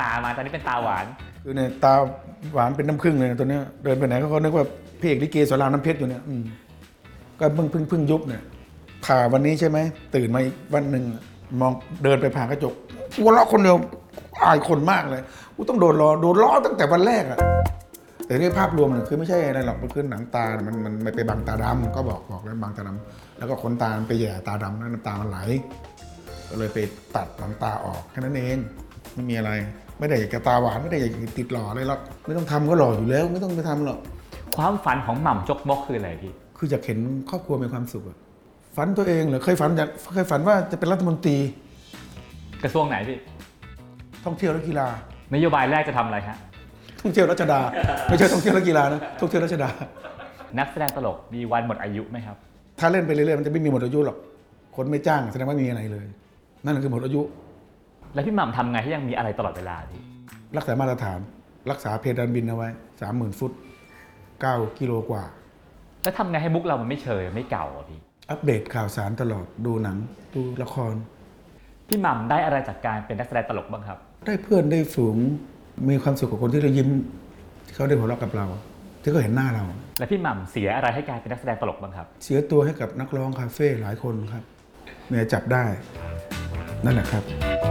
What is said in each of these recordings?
ตามาตอนนี้เป็นตาหวานคือเนี่ยตาหวานเป็นน้ำผึ้งเลยตัวเนี้ยเดินไปไหนเขาก็นึกว่าพี่เอกลิเกสอนรามน้ำเพชรอยู่เนี่ยก็เพิ่งยุบเนี่ยผ่าวันนี้ใช่ไหมตื่นมาอีกวันหนึ่งมองเดินไปผ่านกระจกหัวเราะคนเดียวอายคนมากเลยกูต้องโดนล้อตั้งแต่วันแรกอะแต่ในภาพรวมเนี่ยคือไม่ใช่อะไรหรอกมันคือหนังตามันไปบังตาดำก็บอกแล้วบังตาดำแล้วก็ขนตาไปแย่ตาดำแล้วน้ำตามันไหลก็เลยไปตัดหนังตาออกแค่นั้นเองไม่มีอะไรไม่ได้อยากจะตาหวานไม่ได้อยากจะติดหล่ออะไรหรอกไม่ต้องทำก็หล่ออยู่แล้วไม่ต้องไปทำหรอกความฝันของหม่ำจกมกคืออะไรพี่คืออยากเห็นครอบครัวมีความสุขอะฝันตัวเองเหรอเคยฝันว่าจะเป็นรัฐมนตรีกระทรวงไหนพี่ท่องเที่ยวและกีฬานโยบายแรกจะทำอะไรฮะท่องเที่ยวรัชดาไม่ใช่ท่องเที่ยวและกีฬานะท่องเที่ยวรัชดานักแสดงตลกมีวันหมดอายุไหมครับถ้าเล่นไปเรื่อยๆมันจะไม่มีหมดอายุหรอกคนไม่จ้างแสดงว่ามีอะไรเลยนั่นคือหมดอายุแล้วพี่หม่ำทำไงที่ยังมีอะไรตลอดเวลาพี่รักษามาตรฐานรักษาเพดานบินเอาไว้ 30,000 ฟุต9 กิโลกว่าแล้วทำไงให้มุกเรามันไม่เชยไม่เก่าอ่ะพี่อัปเดตข่าวสารตลอดดูหนังดูละครพี่หม่ำได้อะไรจากการเป็นนักแสดงตลกบ้างครับได้เพื่อนได้ฝูงมีความสุขกับคนที่เรายิ้มที่เขาได้หัวเราะกับเราที่เขาเห็นหน้าเราและพี่หม่ำเสียอะไรให้การเป็นนักแสดงตลกบ้างครับเสียตัวให้กับนักร้องคาเฟ่หลายคนครับเนี่ยจับได้นั่นแหละครับ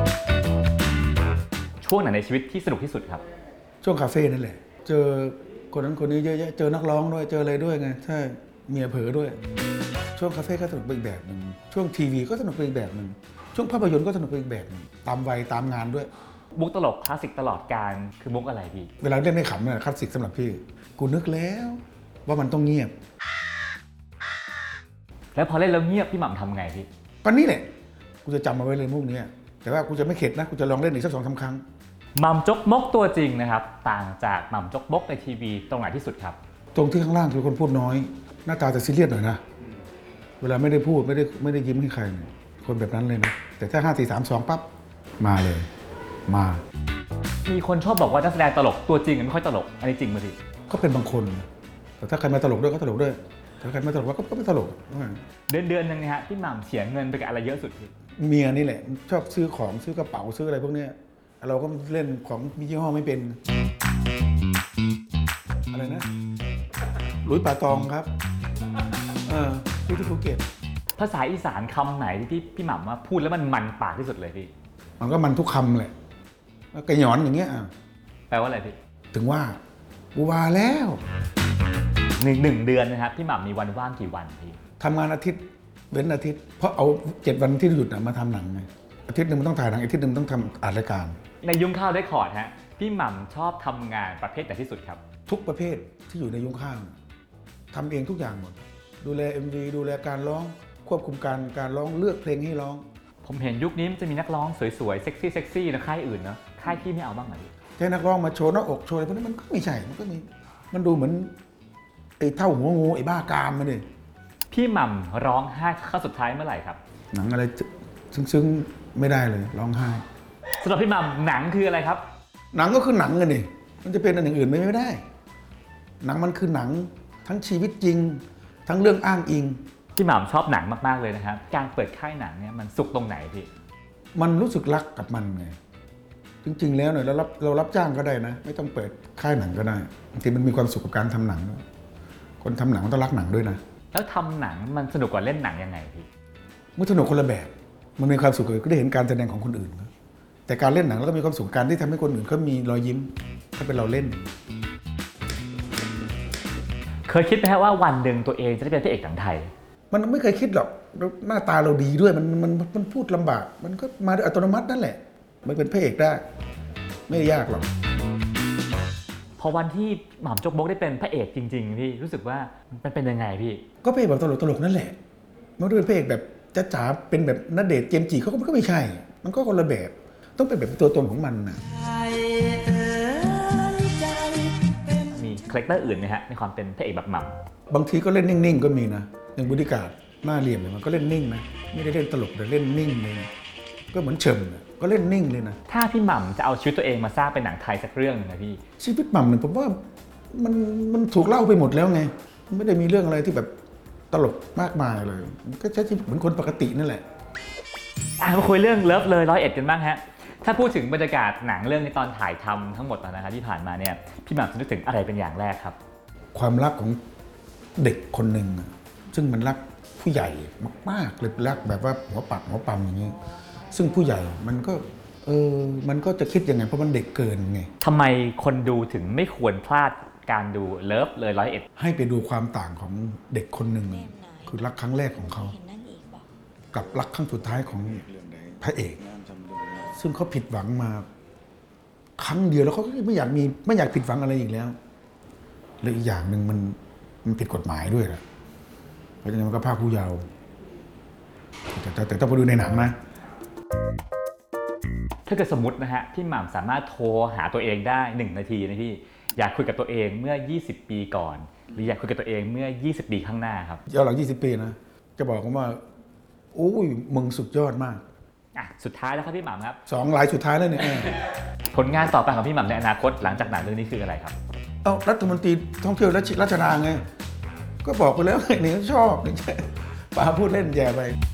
ช่วงไหนในชีวิตที่สนุกที่สุดครับช่วงคาเฟ่นั่นแหละเจอคนนั้นคนนี้เยอะแยะเจอนักร้องด้วยเจออะไรด้วยไงถ้าเมียเผลอด้วยช่วงคาเฟ่ก็สนุกเป็นแบบหนึ่งช่วงทีวีก็สนุกเป็นแบบหนึ่งช่วงภาพยนตร์ก็สนุกเป็นแบบหนึ่งตามวัยตามงานด้วยมุกตลกคลาสสิกตลอดการคือมุกอะไรพี่เวลาเล่นไม่ขำเนี่ยคลาสสิกสำหรับพี่กูนึกแล้วว่ามันต้องเงียบแล้วพอเล่นแล้วเงียบพี่หม่ำทำไงพี่ก็นี่แหละกูจะจำเอาไว้เลยมุกนี้แต่ว่ากูจะไม่เข็ดนะกูจะลองเล่นอีกสัก2-3 ครั้งหม่ำจกมกตัวจริงนะครับต่างจากหม่ำจกมกในทีวีตรงไหนที่สุดครับตรงที่ข้างล่างคือคนพูดน้อยหน้าตาจะซีเรียสหน่อยนะเวลาไม่ได้พูดไม่ได้ยิ้มให้ใครเนี่ยคนแบบนั้นเลยนะแต่ถ้า5 4 3 2ปั๊บมาเลยมามีคนชอบบอกว่านักแสดงตลกตัวจริงไม่ค่อยตลกอันนี้จริงไหมพี่ก็เป็นบางคนแต่ถ้าใครมาตลกด้วยก็ตลกด้วยถ้าใครไม่ตลกก็ไม่ตลกเดือนนึงนะฮะพี่หม่ำเสียเงินไปกับอะไรเยอะสุดพี่เมียนี่แหละชอบซื้อของซื้อกระเป๋าซื้ออะไรพวกนี้เราก็เล่นของมียี่ห้อไม่เป็นอะไรนะหลุยส์ป่าตองครับที่ภูเก็ตภาษาอีสานคำไหนที่พี่หม่ำว่าพูดแล้วมันปากที่สุดเลยพี่มันก็มันทุกคำแหละกระหยอนอย่างเงี้ยแปลว่าอะไรพี่ถึงว่ากูว่าแล้วหนึ่งเดือนนะครับพี่หม่ำมีวันว่างกี่วันพี่ทำงานอาทิตย์เว้นอาทิตย์เพราะเอา7 วันที่หยุดมาทำหนังไงอาทิตย์หนึ่งมันต้องถ่ายหนังอาทิตย์หนึ่งต้องทำอัดรายการในยุ้งข้าวได้คอร์ดฮะพี่หม่ำชอบทำงานประเภทไหนที่สุดครับทุกประเภทที่อยู่ในยุ้งข้าวทำเองทุกอย่างหมดดูแล MV ดูแลการร้องควบคุมการร้องเลือกเพลงให้ร้องผมเห็นยุคนี้มันจะมีนักร้องสวยๆเซ็กซี่นะค่ายอื่นนะค่ายพี่ไม่เอาบ้างเหรอพี่แค่นักร้องมาโชว์หน้าอกโชว์อะไรพวกนี้มันก็ไม่ใช่มันก็มีมันดูเหมือนไอ้เท่าหัวงูไอ้บ้ากามมันเลยพี่หม่ำร้องไห้ครั้งสุดท้ายเมื่อไหร่ครับหนังอะไรซึ้งไม่ได้เลยร้องไห้สำหรับพี่หม่ำหนังคืออะไรครับหนังก็คือหนังกันนี่มันจะเป็นอันอย่างอื่นไม่ได้หนังมันคือหนังทั้งชีวิตจริงทั้งเรื่องอ้างอิงพี่หม่ำชอบหนังมากๆเลยนะครับการเปิดค่ายหนังเนี่ยมันสุขตรงไหนพี่มันรู้สึกรักกับมันไงจริงๆแล้วเนี่ยเรารับจ้างก็ได้นะไม่ต้องเปิดค่ายหนังก็ได้บางทีมันมีความสุขกับการทำหนังคนทำหนังมันต้องรักหนังด้วยนะแล้วทำหนังมันสนุกกว่าเล่นหนังยังไงพี่มันสนุกคนละแบบมันมีความสุขก็ได้เห็นการแสดงของคนอื่นแต่การเล่นหนังแล้วก็มีความสุขการที่ทำให้คนอื่นเขามีรอยยิ้มถ้าเป็นเราเล่นเคยคิดไหมว่าวันหนึ่งตัวเองจะได้เป็นพระเอกหนังไทยมันไม่เคยคิดหรอกหน้าตาเราดีด้วยมันพูดลำบากมันก็มาโดยอัตโนมัตินั่นแหละมันเป็นพระเอกได้ไม่ยากหรอกพอวันที่หม่ำจกมกได้เป็นพระเอกจริงๆพี่รู้สึกว่ามันเป็นยังไงพี่ก็พระเอกแบบตลกนั่นแหละมันไม่ได้เป็นพระเอกแบบจ๋าเป็นแบบณเดชน์เจมส์จิเขาก็ไม่ใช่มันก็คนละแบบต้องเป็นแบบตัวตนของมันนะมีคาแรคเตอร์อื่นไหมฮะในความเป็นพระเอกแบบหม่ำบางทีก็เล่นนิ่งๆก็มีนะอย่างบริการหน้าเหลี่ยมเลยมันก็เล่นนิ่งนะไม่ได้เล่นตลกแต่เล่นนิ่งเลยก็เหมือนเฉิมก็เล่นนิ่งเลยนะถ้าพี่หม่ำจะเอาชีวิตตัวเองมาสร้างเป็นหนังไทยสักเรื่องนึงนะพี่ชีวิตหม่ำเนี่ยผมว่ามันถูกเล่าไปหมดแล้วไงไม่ได้มีเรื่องอะไรที่แบบตลกมากมายเลยก็ใช้ชีวิตเหมือนคนปกตินั่นแหละมาคุยเรื่องเลิฟเลย101กันบ้างฮะถ้าพูดถึงบรรยากาศหนังเรื่องนี้ตอนถ่ายทำทั้งหมดนะครับที่ผ่านมาเนี่ยพี่หม่ำจะนึกถึงอะไรเป็นอย่างแรกครับความรักของเด็กคนหนึ่งอะซึ่งมันรักผู้ใหญ่มากๆเลยรักแบบว่าหัวปักหัวปั๊มอย่างนี้ซึ่งผู้ใหญ่มันก็มันก็จะคิดยังไงเพราะมันเด็กเกินไงทำไมคนดูถึงไม่ควรพลาดการดูเลิฟเลย101 ให้ไปดูความต่างของเด็กคนหนึ่งคือรักครั้งแรกของเขากับรักครั้งสุดท้ายของพระเอก ซึ่งเขาผิดหวังมาครั้งเดียวแล้วเขาก็ไม่อยากผิดหวังอะไรอีกแล้วและอีกอย่างหนึ่งมันผิดกฎหมายด้วยนะเพราะฉะนั้นมันก็ภาคผู้เยาว์แต่ต้องไปดูในหนังนะถ้าเกิดสมมตินะฮะพี่หม่ำสามารถโทรหาตัวเองได้1 นาทีนะพี่อยากคุยกับตัวเองเมื่อ20 ปีก่อนหรืออยากคุยกับตัวเองเมื่อ20 ปีข้างหน้าครับย้อนหลัง20 ปีนะจะบอกว่าโอ้ยมึงสุดยอดมากสุดท้ายแล้วครับพี่หม่ำครับ 2 หลายสุดท้ายแล้วเนี่ยผลงานต่อไปของพี่หม่ำในอนาคตหลังจากหนังเรื่องนี้คืออะไรครับรัฐมนตรีท่องเที่ยวและราชนาไงก็บอกไปแล้วไงนี่ชอบนี่ใช่ป้าพูดเล่นแย่ไป